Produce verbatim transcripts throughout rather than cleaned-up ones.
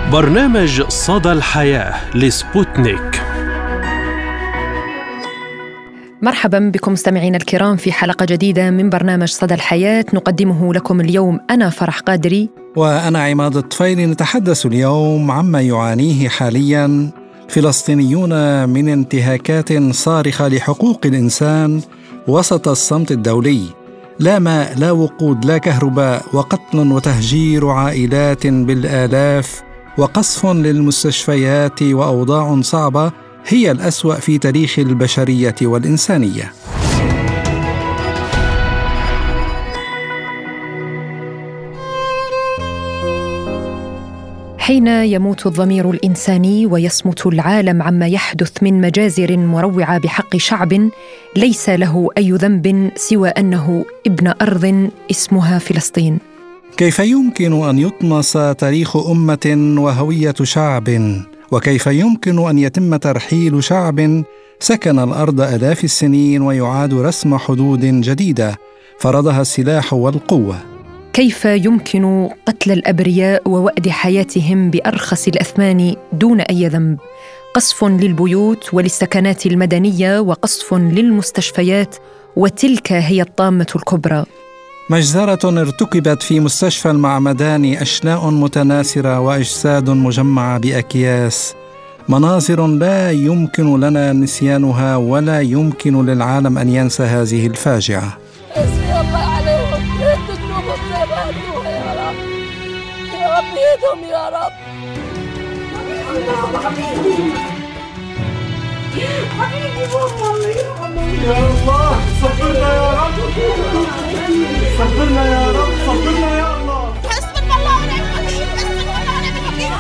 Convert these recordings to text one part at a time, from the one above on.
برنامج صدى الحياة لسبوتنيك. مرحبا بكم مستمعينا الكرام في حلقة جديدة من برنامج صدى الحياة، نقدمه لكم اليوم أنا فرح قادري وأنا عماد الطفيلي. نتحدث اليوم عما يعانيه حاليا فلسطينيون من انتهاكات صارخة لحقوق الإنسان وسط الصمت الدولي. لا ماء، لا وقود، لا كهرباء، وقتل وتهجير عائلات بالآلاف، وقصف للمستشفيات، وأوضاع صعبة هي الأسوأ في تاريخ البشرية والإنسانية. حين يموت الضمير الإنساني ويصمت العالم عما يحدث من مجازر مروعة بحق شعب ليس له أي ذنب سوى أنه ابن أرض اسمها فلسطين. كيف يمكن أن يطمس تاريخ أمة وهوية شعب؟ وكيف يمكن أن يتم ترحيل شعب سكن الأرض آلاف السنين ويعاد رسم حدود جديدة فرضها السلاح والقوة؟ كيف يمكن قتل الأبرياء ووأد حياتهم بأرخص الأثمان دون أي ذنب؟ قصف للبيوت وللسكنات المدنية وقصف للمستشفيات، وتلك هي الطامة الكبرى. مجزرة ارتكبت في مستشفى المعمداني، أشلاء متناثرة وأجساد مجمعة بأكياس، مناظر لا يمكن لنا نسيانها ولا يمكن للعالم أن ينسى هذه الفاجعة. اسمي الله عليهم، يهدوا زي ما هدوها يا رب، يا رب يهدهم يا رب. حبيبي ماما يا الله، صبرنا يا رب، صبرنا يا رب، صبرنا يا الله. حسبنا الله ونعم الوكيل، حسبنا الله ونعم الوكيل.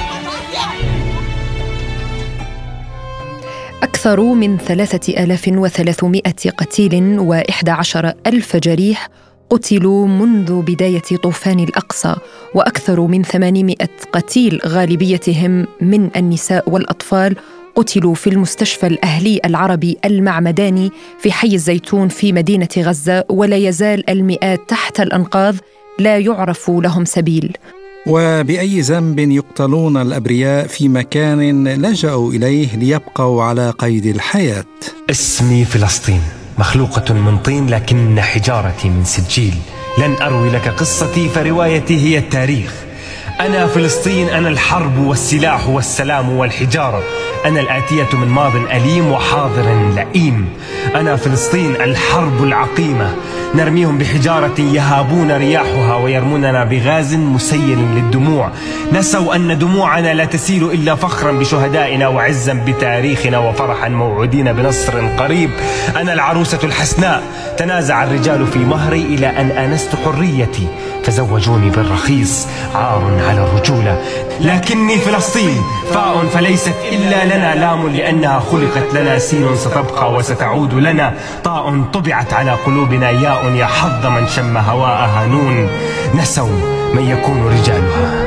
أكثر من ثلاثة آلاف وثلاثمائة قتيل وإحدى عشر ألف جريح قتلوا منذ بداية طوفان الأقصى، وأكثر من ثمانمائة قتيل غالبيتهم من النساء والأطفال قتلوا في المستشفى الأهلي العربي المعمداني في حي الزيتون في مدينة غزة، ولا يزال المئات تحت الأنقاض لا يعرف لهم سبيل. وبأي ذنب يقتلون الأبرياء في مكان لجأوا إليه ليبقوا على قيد الحياة؟ اسمي فلسطين، مخلوقة من طين لكن حجارتي من سجيل. لن أروي لك قصتي فروايتي هي التاريخ. أنا فلسطين، أنا الحرب والسلاح والسلام والحجارة، أنا الآتية من ماض أليم وحاضر لئيم. أنا فلسطين الحرب العقيمة، نرميهم بحجارة يهابون رياحها ويرموننا بغاز مسيل للدموع. نسوا أن دموعنا لا تسيل إلا فخرا بشهدائنا وعزا بتاريخنا وفرحا موعودين بنصر قريب. أنا العروسة الحسناء، تنازع الرجال في مهري إلى أن آنست حريتي فزوجوني بالرخيص، عار على الرجولة. لكني فلسطين، فاء فليست إلا لنا، لام لأنها خلقت لنا، سين ستبقى وستعود لنا، طاء طبعت على قلوبنا، ياء يا حظ من شم هواءها، نون نسوا من يكون رجالها.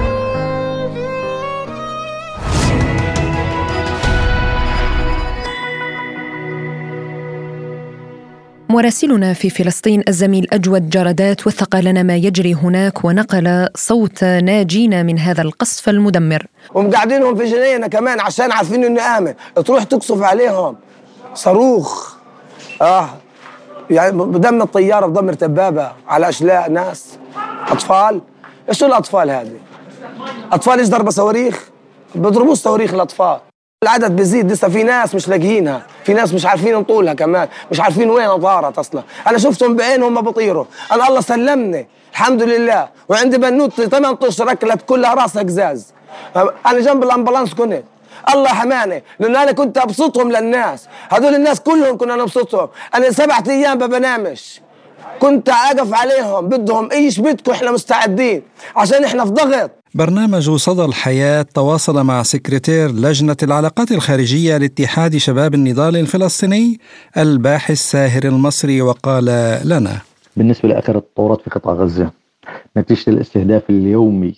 مراسلنا في فلسطين الزميل أجود جردات وثق لنا ما يجري هناك ونقل صوت ناجين من هذا القصف المدمر. ومقعدينهم في جنينة كمان عشان عارفين إنه آمن، تروح تقصف عليهم صاروخ آه يعني بدم الطيارة بدمر دبابة على أشلاء ناس أطفال. إيش الأطفال هذه؟ أطفال إيش ضربة صواريخ؟ بيضربوا صواريخ الأطفال. العدد بيزيد، لسه في ناس مش لاقيينها، في ناس مش عارفين نطولها كمان، مش عارفين وين طارت اصلا. انا شفتهم بعينهم ما بطيروا، انا الله سلمني الحمد لله، وعندي بنوت ثمانية اشهر اكلت كلها راسها قزاز. انا جنب الامبولانس كنت، الله حماني، لان انا كنت ابسطهم للناس، هذول الناس كلهم كنا نبسطهم. انا سبعة ايام ما بنامش، كنت اقف عليهم، بدهم ايش بدكم احنا مستعدين عشان احنا في ضغط. برنامج صدى الحياة تواصل مع سكرتير لجنة العلاقات الخارجية لاتحاد شباب النضال الفلسطيني الباحث ساهر المصري، وقال لنا: بالنسبة لآخر التطورات في قطاع غزة نتيجة الاستهداف اليومي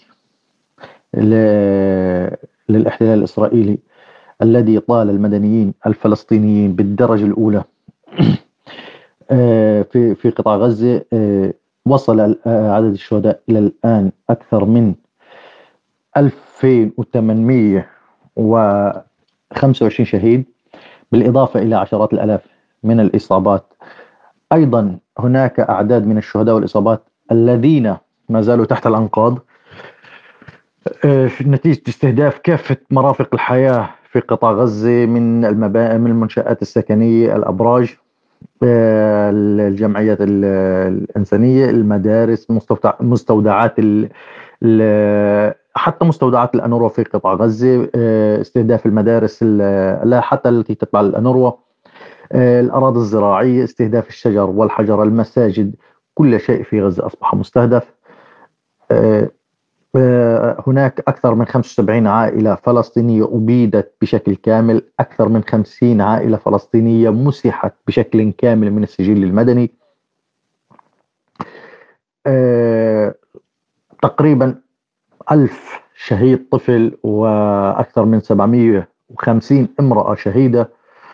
للاحتلال الإسرائيلي الذي طال المدنيين الفلسطينيين بالدرجة الأولى في في قطاع غزة، وصل عدد الشهداء إلى الآن أكثر من ألف ألفين وثمانمئة وخمسة وعشرين شهيد، بالإضافة إلى عشرات الآلاف من الإصابات. أيضا هناك أعداد من الشهداء والإصابات الذين ما زالوا تحت الأنقاض نتيجة استهداف كافة مرافق الحياة في قطاع غزة، من المباني، من المنشآت السكنية، الأبراج، الجمعيات الإنسانية، المدارس، مستودعات حتى مستودعات الأنوروا في قطاع غزة، استهداف المدارس لا حتى التي تتبع الأنوروا، الأراضي الزراعية، استهداف الشجر والحجر، المساجد، كل شيء في غزة أصبح مستهدف. هناك أكثر من خمسة وسبعين عائلة فلسطينية أبيدت بشكل كامل، أكثر من خمسين عائلة فلسطينية مسحت بشكل كامل من السجل المدني. تقريبا ألف شهيد طفل وأكثر من سبعمئة وخمسين امرأة شهيدة.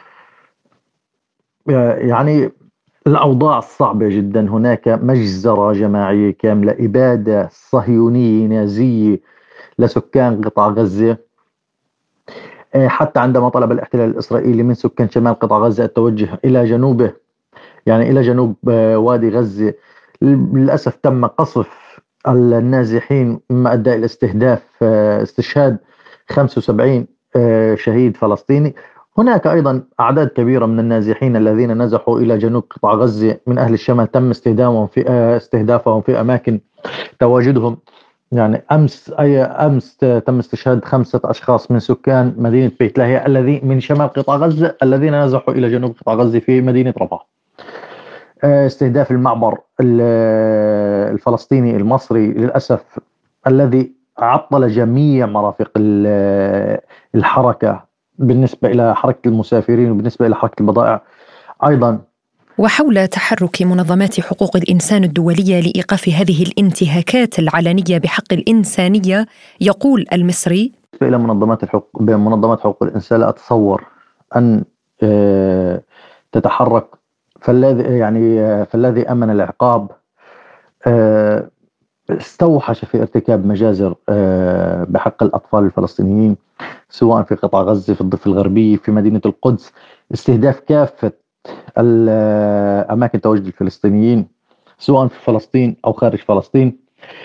يعني الأوضاع صعبة جدا. هناك مجزرة جماعية كاملة، إبادة صهيونية نازية لسكان قطاع غزة. حتى عندما طلب الاحتلال الإسرائيلي من سكان شمال قطاع غزة التوجه إلى جنوبه، يعني إلى جنوب وادي غزة، للأسف تم قصف النازحين، مما أدى إلى استهداف استشهاد خمسة وسبعين شهيد فلسطيني. هناك أيضا أعداد كبيرة من النازحين الذين نزحوا إلى جنوب قطاع غزة من أهل الشمال، تم استهدافهم في استهدافهم في أماكن تواجدهم. يعني أمس أي أمس تم استشهاد خمسة أشخاص من سكان مدينة بيت لاهيا الذين من شمال قطاع غزة الذين نزحوا إلى جنوب قطاع غزة في مدينة رفح. استهداف المعبر الفلسطيني المصري للأسف الذي عطل جميع مرافق الحركة بالنسبة إلى حركة المسافرين وبالنسبة إلى حركة البضائع أيضا. وحول تحرك منظمات حقوق الإنسان الدولية لإيقاف هذه الانتهاكات العلنية بحق الإنسانية، يقول المصري: إلى منظمات الحقوق منظمات حقوق الإنسان لا أتصور أن تتحرك، فالذي يعني فالذي أمن العقاب استوحش في ارتكاب مجازر بحق الأطفال الفلسطينيين، سواء في قطاع غزة، في الضفة الغربية، في مدينة القدس، استهداف كافة الأماكن تواجد الفلسطينيين سواء في فلسطين أو خارج فلسطين.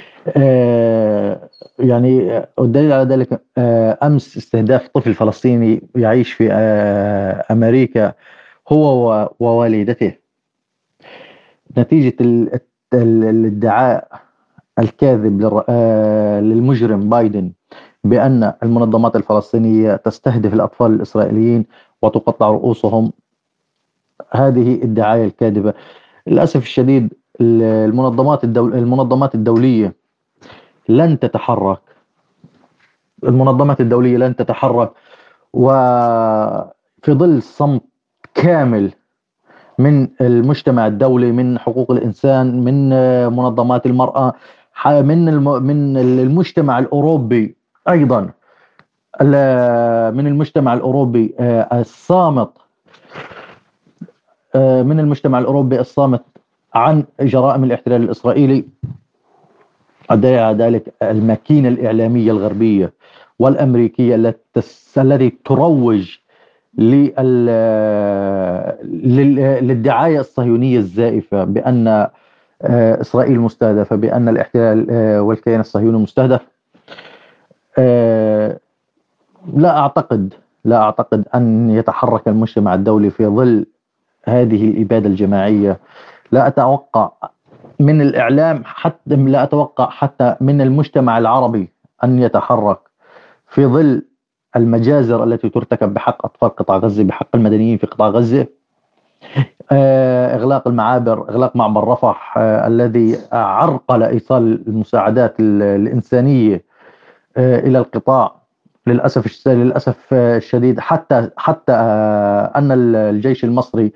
يعني والدليل على ذلك أمس استهداف طفل فلسطيني يعيش في أمريكا هو ووالدته، نتيجة الادعاء الكاذب للمجرم بايدن بأن المنظمات الفلسطينية تستهدف الأطفال الإسرائيليين وتقطع رؤوسهم. هذه الدعاية الكاذبة للأسف الشديد المنظمات الدول المنظمات الدولية لن تتحرك المنظمات الدولية لن تتحرك وفي ظل صمت كامل من المجتمع الدولي، من حقوق الإنسان، من منظمات المرأة، من من المجتمع الأوروبي أيضا، من المجتمع الأوروبي الصامت من المجتمع الأوروبي الصامت عن جرائم الاحتلال الإسرائيلي. الدليل على ذلك الماكينة الإعلامية الغربية والأمريكية التي تروج للدعاية الصهيونية الزائفة بأن إسرائيل مستهدفة، بأن الاحتلال والكيان الصهيوني مستهدف. لا أعتقد لا أعتقد أن يتحرك المجتمع الدولي في ظل هذه الإبادة الجماعية. لا أتوقع من الإعلام، حتى لا أتوقع حتى من المجتمع العربي أن يتحرك في ظل المجازر التي ترتكب بحق أطفال قطاع غزة، بحق المدنيين في قطاع غزة. إغلاق المعابر، إغلاق معبر رفح الذي عرقل إيصال المساعدات الإنسانية إلى القطاع للأسف للأسف الشديد. حتى حتى أن الجيش المصري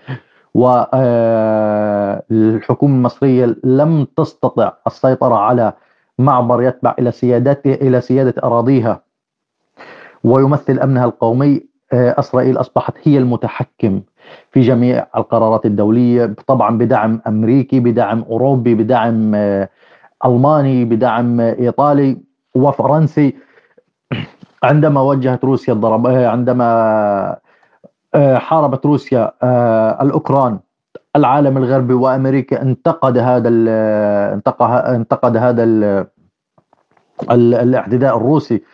والحكومة المصرية لم تستطع السيطرة على معبر يتبع إلى سيادته إلى سيادة أراضيها ويمثل أمنها القومي. إسرائيل أصبحت هي المتحكم في جميع القرارات الدولية، طبعا بدعم أمريكي، بدعم أوروبي، بدعم ألماني، بدعم إيطالي وفرنسي. عندما وجهت روسيا الضرب، عندما حاربت روسيا الأوكران، العالم الغربي وأمريكا انتقد هذا انتقد هذا الاعتداء الروسي،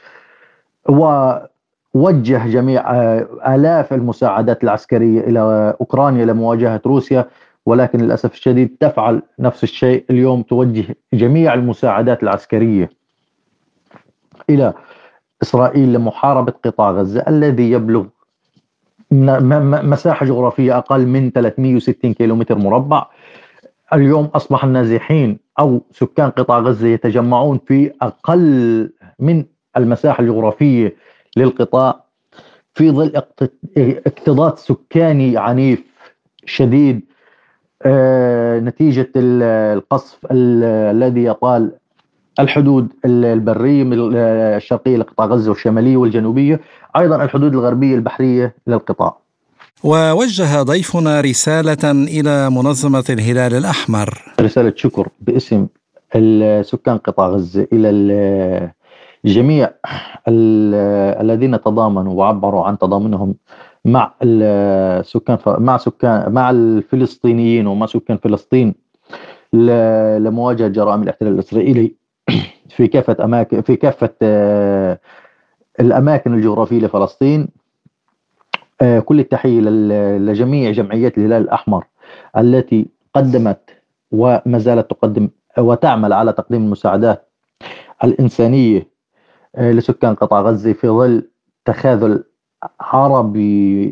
ووجه جميع آلاف المساعدات العسكرية إلى أوكرانيا لمواجهة روسيا. ولكن للأسف الشديد تفعل نفس الشيء اليوم، توجه جميع المساعدات العسكرية إلى إسرائيل لمحاربة قطاع غزة الذي يبلغ مساحة جغرافية أقل من ثلاثمئة وستين كيلومتر مربع. اليوم أصبح النازحين أو سكان قطاع غزة يتجمعون في أقل من المساحة الجغرافية للقطاع، في ظل اكتظاظ سكاني عنيف شديد نتيجة القصف الذي يطال الحدود البرية الشرقية لقطاع غزة والشمالية والجنوبية، أيضا الحدود الغربية البحرية للقطاع. ووجه ضيفنا رسالة إلى منظمة الهلال الأحمر، رسالة شكر باسم سكان قطاع غزة إلى جميع الذين تضامنوا وعبروا عن تضامنهم مع السكان مع سكان مع الفلسطينيين ومع سكان فلسطين لمواجهة جرائم الاحتلال الإسرائيلي في كافة أماكن في كافة الأماكن الجغرافية لفلسطين. كل التحية لجميع جمعيات الهلال الأحمر التي قدمت وما زالت تقدم وتعمل على تقديم المساعدات الإنسانية لسكان قطاع غزة في ظل تخاذل عربي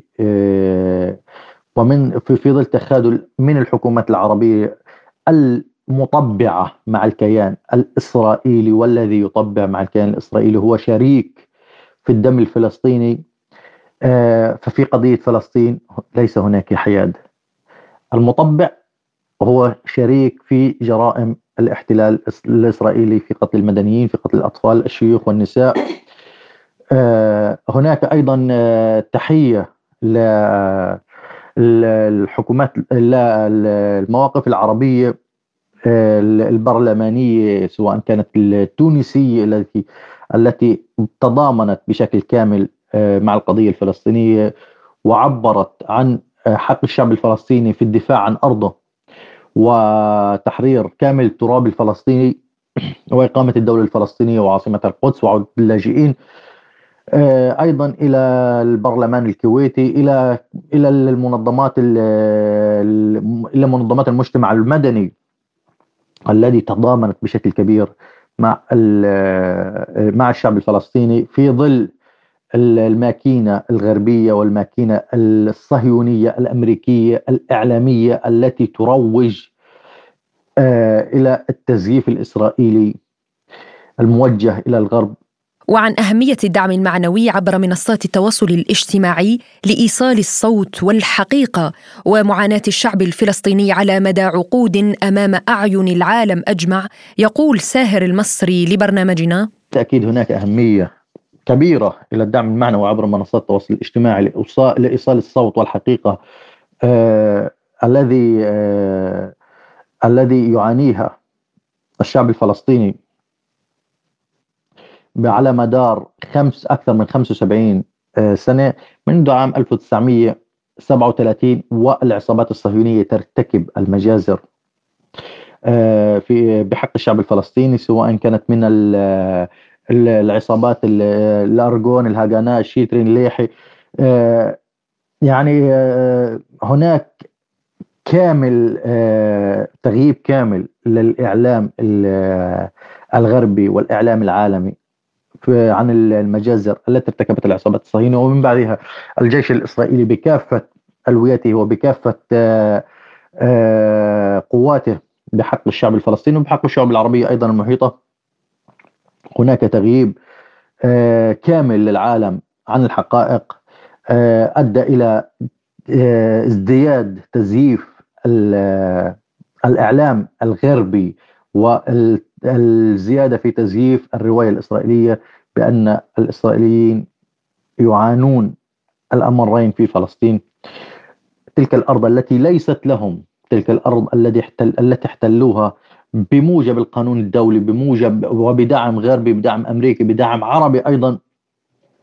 ومن في ظل تخاذل من الحكومات العربية المطبعة مع الكيان الإسرائيلي، والذي يطبع مع الكيان الإسرائيلي هو شريك في الدم الفلسطيني. ففي قضية فلسطين ليس هناك حياد. المطبع هو شريك في جرائم الاحتلال الإسرائيلي في قتل المدنيين، في قتل الأطفال، الشيوخ والنساء. هناك أيضا تحية للحكومات المواقف العربية البرلمانية، سواء كانت التونسية التي التي تضامنت بشكل كامل مع القضية الفلسطينية وعبرت عن حق الشعب الفلسطيني في الدفاع عن أرضه وتحرير كامل التراب الفلسطيني وإقامة الدولة الفلسطينية وعاصمة القدس وعودة اللاجئين. أيضا إلى البرلمان الكويتي، إلى إلى المنظمات إلى منظمات المجتمع المدني الذي تضامنت بشكل كبير مع مع الشعب الفلسطيني في ظل الماكينة الغربية والماكينة الصهيونية الأمريكية الإعلامية التي تروج إلى التزييف الإسرائيلي الموجه إلى الغرب. وعن أهمية الدعم المعنوي عبر منصات التواصل الاجتماعي لإيصال الصوت والحقيقة ومعاناة الشعب الفلسطيني على مدى عقود أمام أعين العالم أجمع، يقول ساهر المصري لبرنامجنا: تأكيد هناك أهمية كبيرة إلى الدعم المعنوي عبر منصات التواصل الاجتماعي لإيصال الصوت والحقيقة آه الذي آه الذي يعانيها الشعب الفلسطيني على مدار خمس أكثر من خمسة وسبعين سنة منذ عام ألف وتسعمئة وسبعة وثلاثين، والعصابات الصهيونية ترتكب المجازر في بحق الشعب الفلسطيني، سواء كانت من العصابات الأرجون، الهاجانا، الشيترين، الليحي. يعني هناك كامل تغييب كامل للإعلام الغربي والإعلام العالمي عن المجازر التي ارتكبت العصابات الصهيونية ومن بعدها الجيش الإسرائيلي بكافة ألويته وبكافة قواته بحق الشعب الفلسطيني وبحق الشعوب العربية أيضا المحيطة. هناك تغييب كامل للعالم عن الحقائق أدى إلى ازدياد تزييف الإعلام الغربي والزيادة في تزييف الرواية الإسرائيلية بأن الإسرائيليين يعانون الأمرين في فلسطين، تلك الأرض التي ليست لهم، تلك الأرض التي احتل التي احتلوها بموجب القانون الدولي، بموجب وبدعم غربي، بدعم أمريكي، بدعم عربي أيضا.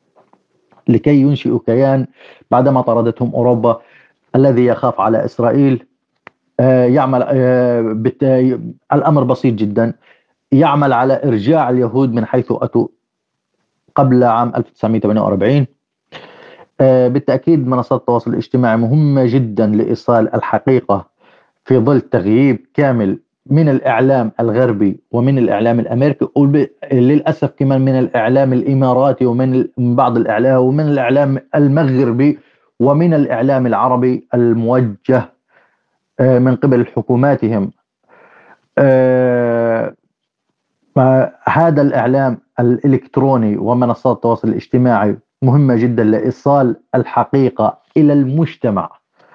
لكي ينشئوا كيان بعدما طردتهم أوروبا، الذي يخاف على إسرائيل. يعمل الأمر بسيط جدا، يعمل على إرجاع اليهود من حيث أتوا قبل عام ألف وتسعمائة وثمانية وأربعين. بالتأكيد منصات التواصل الاجتماعي مهمة جدا لإيصال الحقيقة في ظل تغييب كامل من الإعلام الغربي ومن الإعلام الأمريكي، وللأسف كمان من الإعلام الإماراتي ومن بعض الإعلام ومن الإعلام المغربي ومن الإعلام العربي الموجه من قبل حكوماتهم. هذا الإعلام الإلكتروني ومنصات التواصل الاجتماعي مهمة جدا لإيصال الحقيقة إلى المجتمع،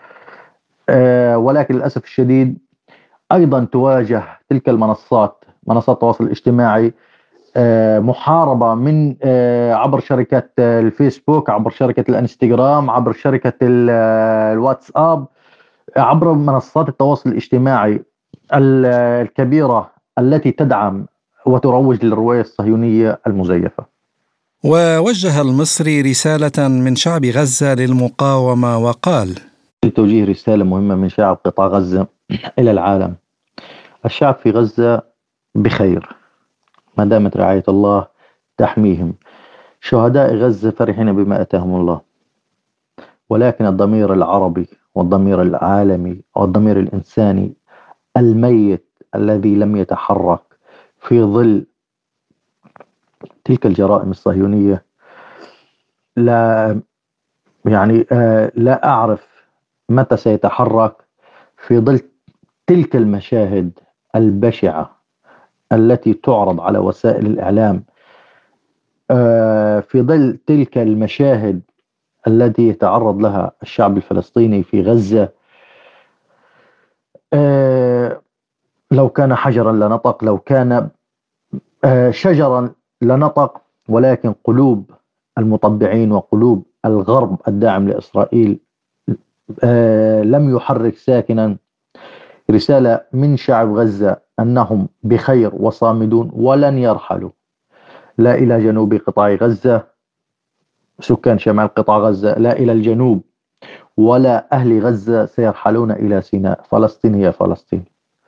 ولكن للأسف الشديد أيضا تواجه تلك المنصات منصات التواصل الاجتماعي محاربة من عبر شركة الفيسبوك، عبر شركة الانستغرام، عبر شركة الواتساب، عبر منصات التواصل الاجتماعي الكبيرة التي تدعم وتروج للرواية الصهيونية المزيفة. ووجه المصري رسالة من شعب غزة للمقاومة وقال: توجيه رسالة مهمة من شعب قطاع غزة إلى العالم. الشعب في غزة بخير ما دامت رعاية الله تحميهم. شهداء غزة فرحين بما أتاهم الله، ولكن الضمير العربي والضمير العالمي والضمير الإنساني الميت الذي لم يتحرك في ظل تلك الجرائم الصهيونية لا يعني آه لا أعرف متى سيتحرك في ظل تلك المشاهد البشعة التي تعرض على وسائل الإعلام، آه في ظل تلك المشاهد التي يتعرض لها الشعب الفلسطيني في غزة. آه لو كان حجرا لنطق، لو كان آه شجرا لنطق، ولكن قلوب المطبعين وقلوب الغرب الداعم لإسرائيل آه لم يحرك ساكنا. رسالة من شعب غزة أنهم بخير وصامدون ولن يرحلوا لا إلى جنوب قطاع غزة سكان شمال قطاع غزة، لا إلى الجنوب، ولا أهل غزة سيرحلون إلى سيناء. فلسطين هي فلسطين.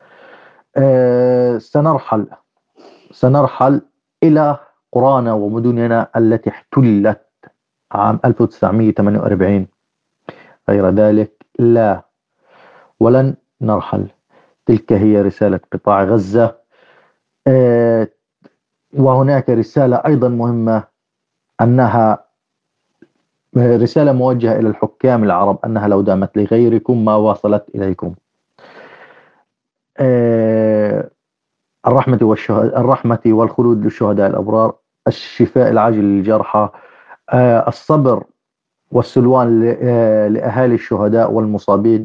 آه سنرحل سنرحل إلى قرانا ومدننا التي احتلت عام ألف وتسعمائة وثمانية وأربعين، غير ذلك لا، ولن نرحل. تلك هي رسالة قطاع غزة. آه وهناك رسالة أيضا مهمة، أنها رسالة موجهة إلى الحكام العرب، أنها لو دامت لغيركم ما واصلت إليكم. آه الرحمة والشهداء الرحمة والخلود للشهداء الأبرار، الشفاء العاجل للجرحى، آه الصبر والسلوان لأهالي الشهداء والمصابين.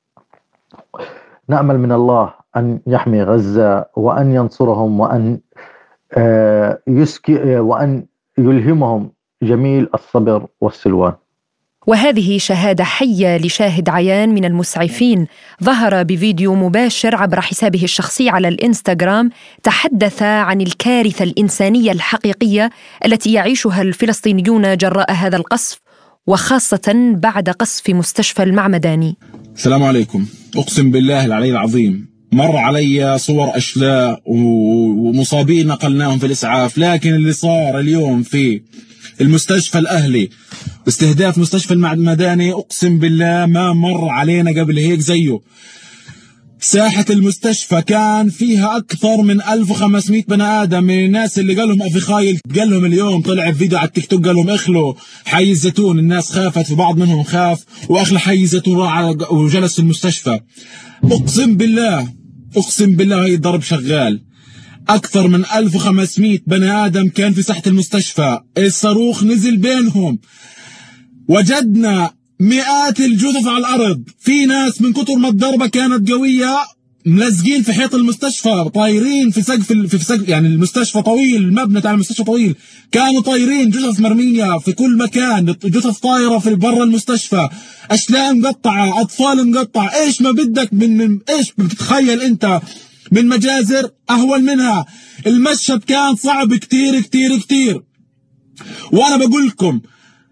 نأمل من الله أن يحمي غزة وأن ينصرهم وأن آه يسكي وأن يلهمهم جميل الصبر والسلوان. وهذه شهادة حية لشاهد عيان من المسعفين، ظهر بفيديو مباشر عبر حسابه الشخصي على الإنستغرام، تحدث عن الكارثة الإنسانية الحقيقية التي يعيشها الفلسطينيون جراء هذا القصف، وخاصة بعد قصف مستشفى المعمداني. السلام عليكم. أقسم بالله العلي العظيم مر علي صور أشلاء ومصابين نقلناهم في الإسعاف، لكن اللي صار اليوم في المستشفى الأهلي باستهداف مستشفى المعمداني أقسم بالله ما مر علينا قبل هيك زيه. ساحة المستشفى كان فيها أكثر من ألف وخمسمائة بني آدم من الناس اللي قالهم أفيخايل، قالهم اليوم طلع فيديو على التيك توك قالهم اخلوا حي الزيتون. الناس خافت، في بعض منهم خاف وأخلى حي الزيتون راح وجلس في المستشفى. أقسم بالله أقسم بالله هي الضرب شغال. أكثر من ألف وخمسمائة بني آدم كان في ساحة المستشفى، الصاروخ نزل بينهم، وجدنا مئات الجثث على الأرض. في ناس من كتر ما الضربة كانت قوية ملزقين في حيط المستشفى، طايرين في سقف في سقف يعني المستشفى طويل، المبنى تاع المستشفى طويل، كانوا طايرين، جثث مرمية في كل مكان، جثث طايرة في برا المستشفى، أشلاء مقطعة، أطفال مقطعة. إيش ما بدك من, من إيش بتتخيل أنت من مجازر أهون منها. المشهد كان صعب كتير كتير كتير. وأنا بقول لكم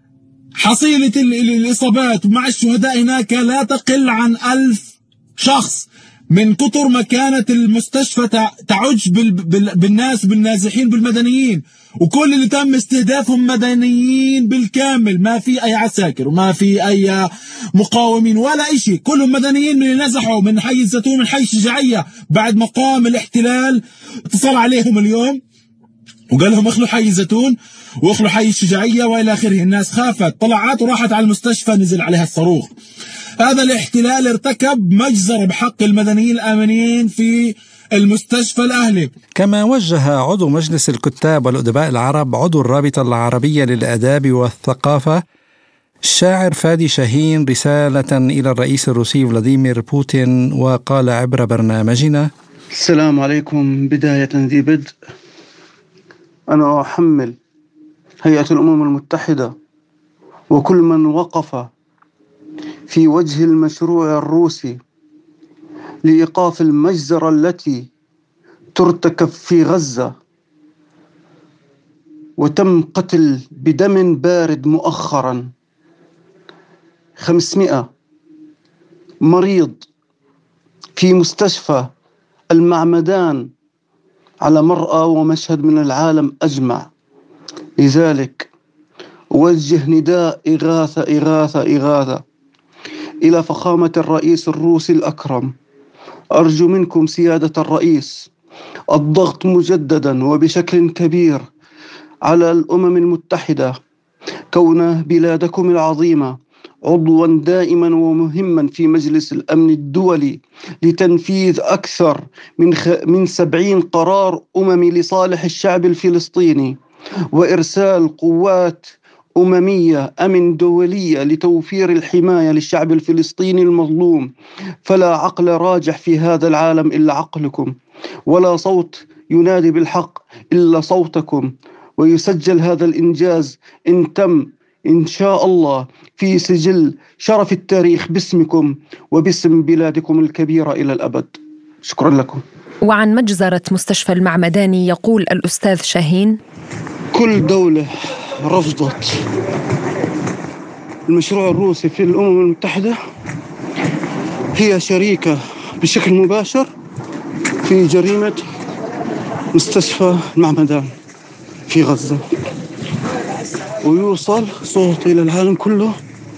حصيلة الإصابات مع الشهداء هناك لا تقل عن ألف شخص، من كتر ما كانت المستشفى تعج بالناس بالنازحين بالمدنيين، وكل اللي تم استهدافهم مدنيين بالكامل، ما في أي عساكر وما في أي مقاومين ولا إشي، كلهم مدنيين من اللي نزحوا من حي الزيتون من حي الشجاعية. بعد ما قام الاحتلال اتصل عليهم اليوم وقال لهم اخلوا حي الزيتون واخلوا حي الشجاعية وإلى آخره. الناس خافت، طلعت وراحت على المستشفى نزل عليها الصاروخ. هذا الاحتلال ارتكب مجزرة بحق المدنيين الآمنين في المستشفى الأهلي. كما وجه عضو مجلس الكتاب والأدباء العرب عضو الرابطة العربية للآداب والثقافة الشاعر فادي شاهين رسالة إلى الرئيس الروسي فلاديمير بوتين، وقال عبر برنامجنا: السلام عليكم. بداية ذي بدء أنا أحمل هيئة الأمم المتحدة وكل من وقف في وجه المشروع الروسي لإيقاف المجزرة التي ترتكب في غزة، وتم قتل بدم بارد مؤخرا خمسمائة مريض في مستشفى المعمدان على مرأى ومشهد من العالم أجمع. لذلك أوجه نداء إغاثة إغاثة إغاثة إلى فخامة الرئيس الروسي الأكرم. أرجو منكم سيادة الرئيس الضغط مجددا وبشكل كبير على الأمم المتحدة، كون بلادكم العظيمة عضوا دائما ومهما في مجلس الأمن الدولي لتنفيذ أكثر من خ... من سبعين قرار أممي لصالح الشعب الفلسطيني، وإرسال قوات أممية أمن دولية لتوفير الحماية للشعب الفلسطيني المظلوم. فلا عقل راجح في هذا العالم إلا عقلكم، ولا صوت ينادي بالحق إلا صوتكم. ويسجل هذا الإنجاز إن تم إن شاء الله في سجل شرف التاريخ باسمكم وباسم بلادكم الكبيرة إلى الأبد. شكرا لكم. وعن مجزرة مستشفى المعمداني يقول الأستاذ شاهين: كل دولة رفضت المشروع الروسي في الأمم المتحدة هي شريكة بشكل مباشر في جريمة مستشفى المعمدان في غزة، ويوصل صوتي إلى العالم كله،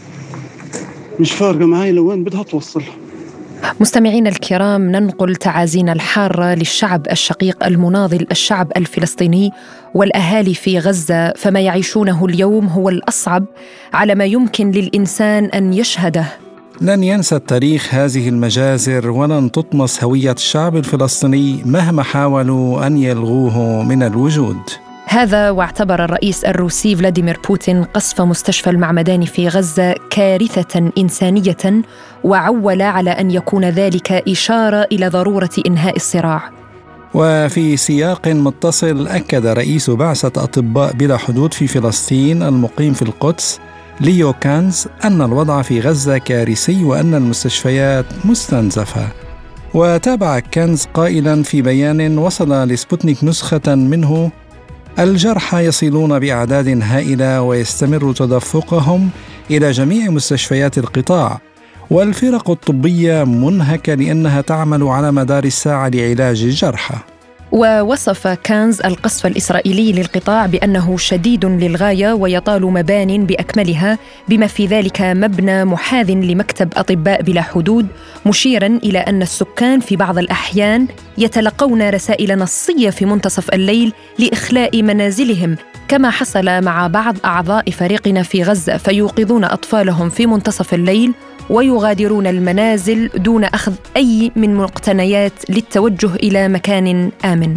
مش فارقة معي لوين بدها توصل. مستمعين الكرام، ننقل تعازينا الحارة للشعب الشقيق المناضل الشعب الفلسطيني والأهالي في غزة، فما يعيشونه اليوم هو الأصعب على ما يمكن للإنسان أن يشهده. لن ينسى التاريخ هذه المجازر، ولن تطمس هوية الشعب الفلسطيني مهما حاولوا أن يلغوه من الوجود. هذا واعتبر الرئيس الروسي فلاديمير بوتين قصف مستشفى المعمداني في غزة كارثة إنسانية، وعول على أن يكون ذلك إشارة إلى ضرورة إنهاء الصراع. وفي سياق متصل أكد رئيس بعثة أطباء بلا حدود في فلسطين المقيم في القدس ليو كانز أن الوضع في غزة كارثي وأن المستشفيات مستنزفة. وتابع كانز قائلا في بيان وصل لسبوتنيك نسخة منه: الجرحى يصلون بأعداد هائلة ويستمر تدفقهم إلى جميع مستشفيات القطاع، والفرق الطبية منهكة لأنها تعمل على مدار الساعة لعلاج الجرحى. ووصف كانز القصف الإسرائيلي للقطاع بأنه شديد للغاية ويطال مبان بأكملها، بما في ذلك مبنى محاذ لمكتب أطباء بلا حدود، مشيراً إلى أن السكان في بعض الأحيان يتلقون رسائل نصية في منتصف الليل لإخلاء منازلهم، كما حصل مع بعض أعضاء فريقنا في غزة، فيوقظون أطفالهم في منتصف الليل ويغادرون المنازل دون أخذ أي من مقتنيات للتوجه إلى مكان آمن.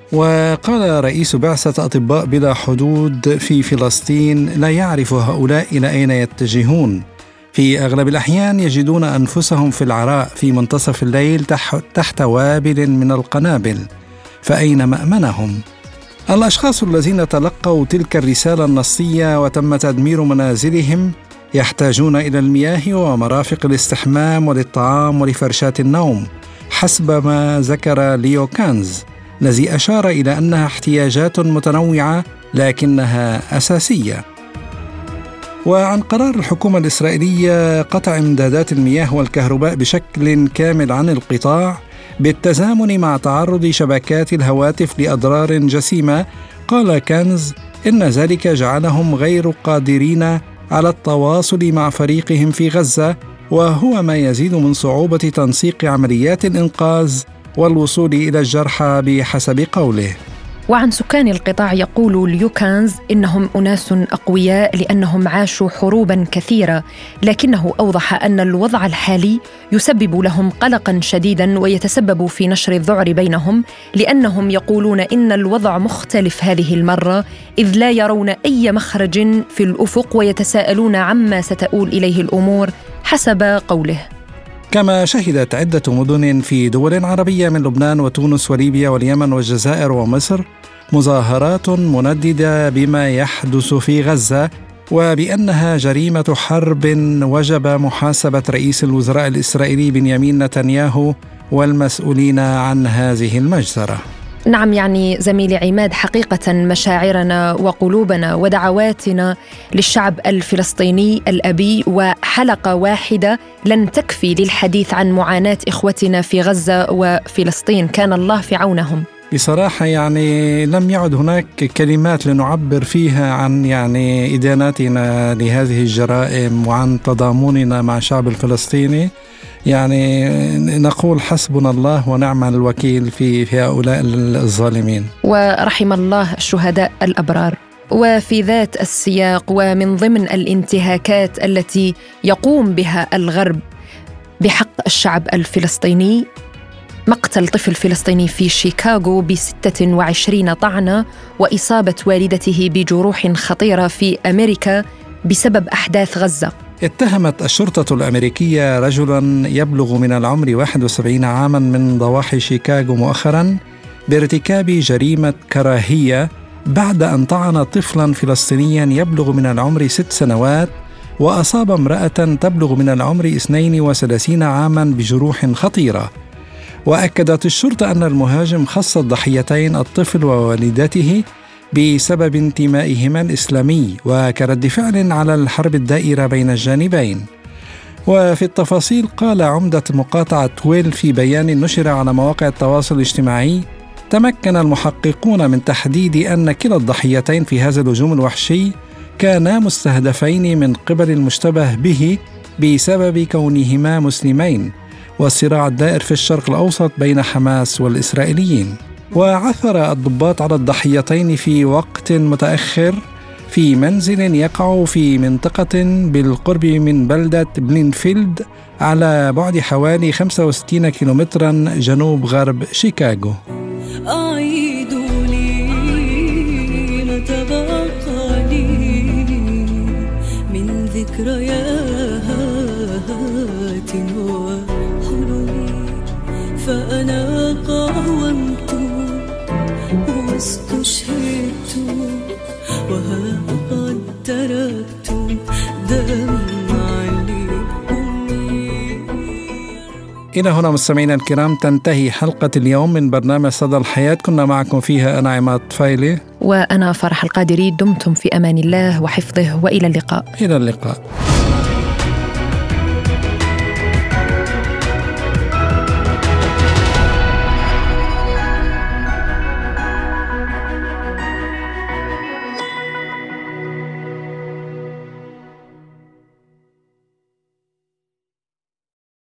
وقال رئيس بعثة أطباء بلا حدود في فلسطين: لا يعرف هؤلاء إلى أين يتجهون. في أغلب الأحيان يجدون أنفسهم في العراء في منتصف الليل تحت وابل من القنابل، فأين مأمنهم؟ الأشخاص الذين تلقوا تلك الرسالة النصية وتم تدمير منازلهم يحتاجون إلى المياه ومرافق الاستحمام وللطعام ولفرشات النوم، حسب ما ذكر ليو كانز، الذي أشار إلى أنها احتياجات متنوعة لكنها أساسية. وعن قرار الحكومة الإسرائيلية قطع إمدادات المياه والكهرباء بشكل كامل عن القطاع بالتزامن مع تعرض شبكات الهواتف لأضرار جسيمة، قال كنز إن ذلك جعلهم غير قادرين على التواصل مع فريقهم في غزة، وهو ما يزيد من صعوبة تنسيق عمليات الإنقاذ والوصول إلى الجرحى بحسب قوله. وعن سكان القطاع يقول ليوكانز إنهم أناس أقوياء لأنهم عاشوا حروبا كثيرة، لكنه أوضح أن الوضع الحالي يسبب لهم قلقا شديدا ويتسبب في نشر الذعر بينهم، لأنهم يقولون إن الوضع مختلف هذه المرة إذ لا يرون أي مخرج في الأفق ويتساءلون عما ستؤول إليه الأمور حسب قوله. كما شهدت عدة مدن في دول عربية من لبنان وتونس وليبيا واليمن والجزائر ومصر مظاهرات منددة بما يحدث في غزة، وبأنها جريمة حرب وجب محاسبة رئيس الوزراء الإسرائيلي بنيامين نتنياهو والمسؤولين عن هذه المجزرة. نعم، يعني زميلي عماد، حقيقة مشاعرنا وقلوبنا ودعواتنا للشعب الفلسطيني الأبي، وحلقة واحدة لن تكفي للحديث عن معاناة إخوتنا في غزة وفلسطين، كان الله في عونهم. بصراحة يعني لم يعد هناك كلمات لنعبر فيها عن يعني إدانتنا لهذه الجرائم وعن تضامننا مع الشعب الفلسطيني. يعني نقول حسبنا الله ونعم الوكيل في في هؤلاء الظالمين، ورحم الله الشهداء الأبرار. وفي ذات السياق ومن ضمن الانتهاكات التي يقوم بها الغرب بحق الشعب الفلسطيني، مقتل طفل فلسطيني في شيكاغو بستة وعشرين طعنة وإصابة والدته بجروح خطيرة في أمريكا بسبب أحداث غزة. اتهمت الشرطة الأمريكية رجلاً يبلغ من العمر واحد وسبعين عاماً من ضواحي شيكاغو مؤخراً بارتكاب جريمة كراهية بعد أن طعن طفلاً فلسطينياً يبلغ من العمر ست سنوات وأصاب امرأة تبلغ من العمر اثنين وثلاثين عاماً بجروح خطيرة. وأكدت الشرطة أن المهاجم خص الضحيتين الطفل ووالدته بسبب انتمائهما الإسلامي وكرد فعل على الحرب الدائرة بين الجانبين. وفي التفاصيل قال عمدة مقاطعة ويل في بيان نشر على مواقع التواصل الاجتماعي: تمكن المحققون من تحديد أن كلا الضحيتين في هذا الهجوم الوحشي كانا مستهدفين من قبل المشتبه به بسبب كونهما مسلمين والصراع الدائر في الشرق الأوسط بين حماس والإسرائيليين. وعثر الضباط على الضحيتين في وقت متأخر في منزل يقع في منطقة بالقرب من بلدة بلينفيلد على بعد حوالي خمسة وستين كيلومترا جنوب غرب شيكاغو. أعيدوا لي ما تبقى لي من ذكريات وحلمي، فأنا قاومت واستشهدت وها قد تركت دمعا لأمي. إلى هنا مستمعينا الكرام تنتهي حلقة اليوم من برنامج صدى الحياة. كنا معكم فيها أنا عماد طفيلي وأنا فرح القادري. دمتم في أمان الله وحفظه، وإلى اللقاء. إلى اللقاء.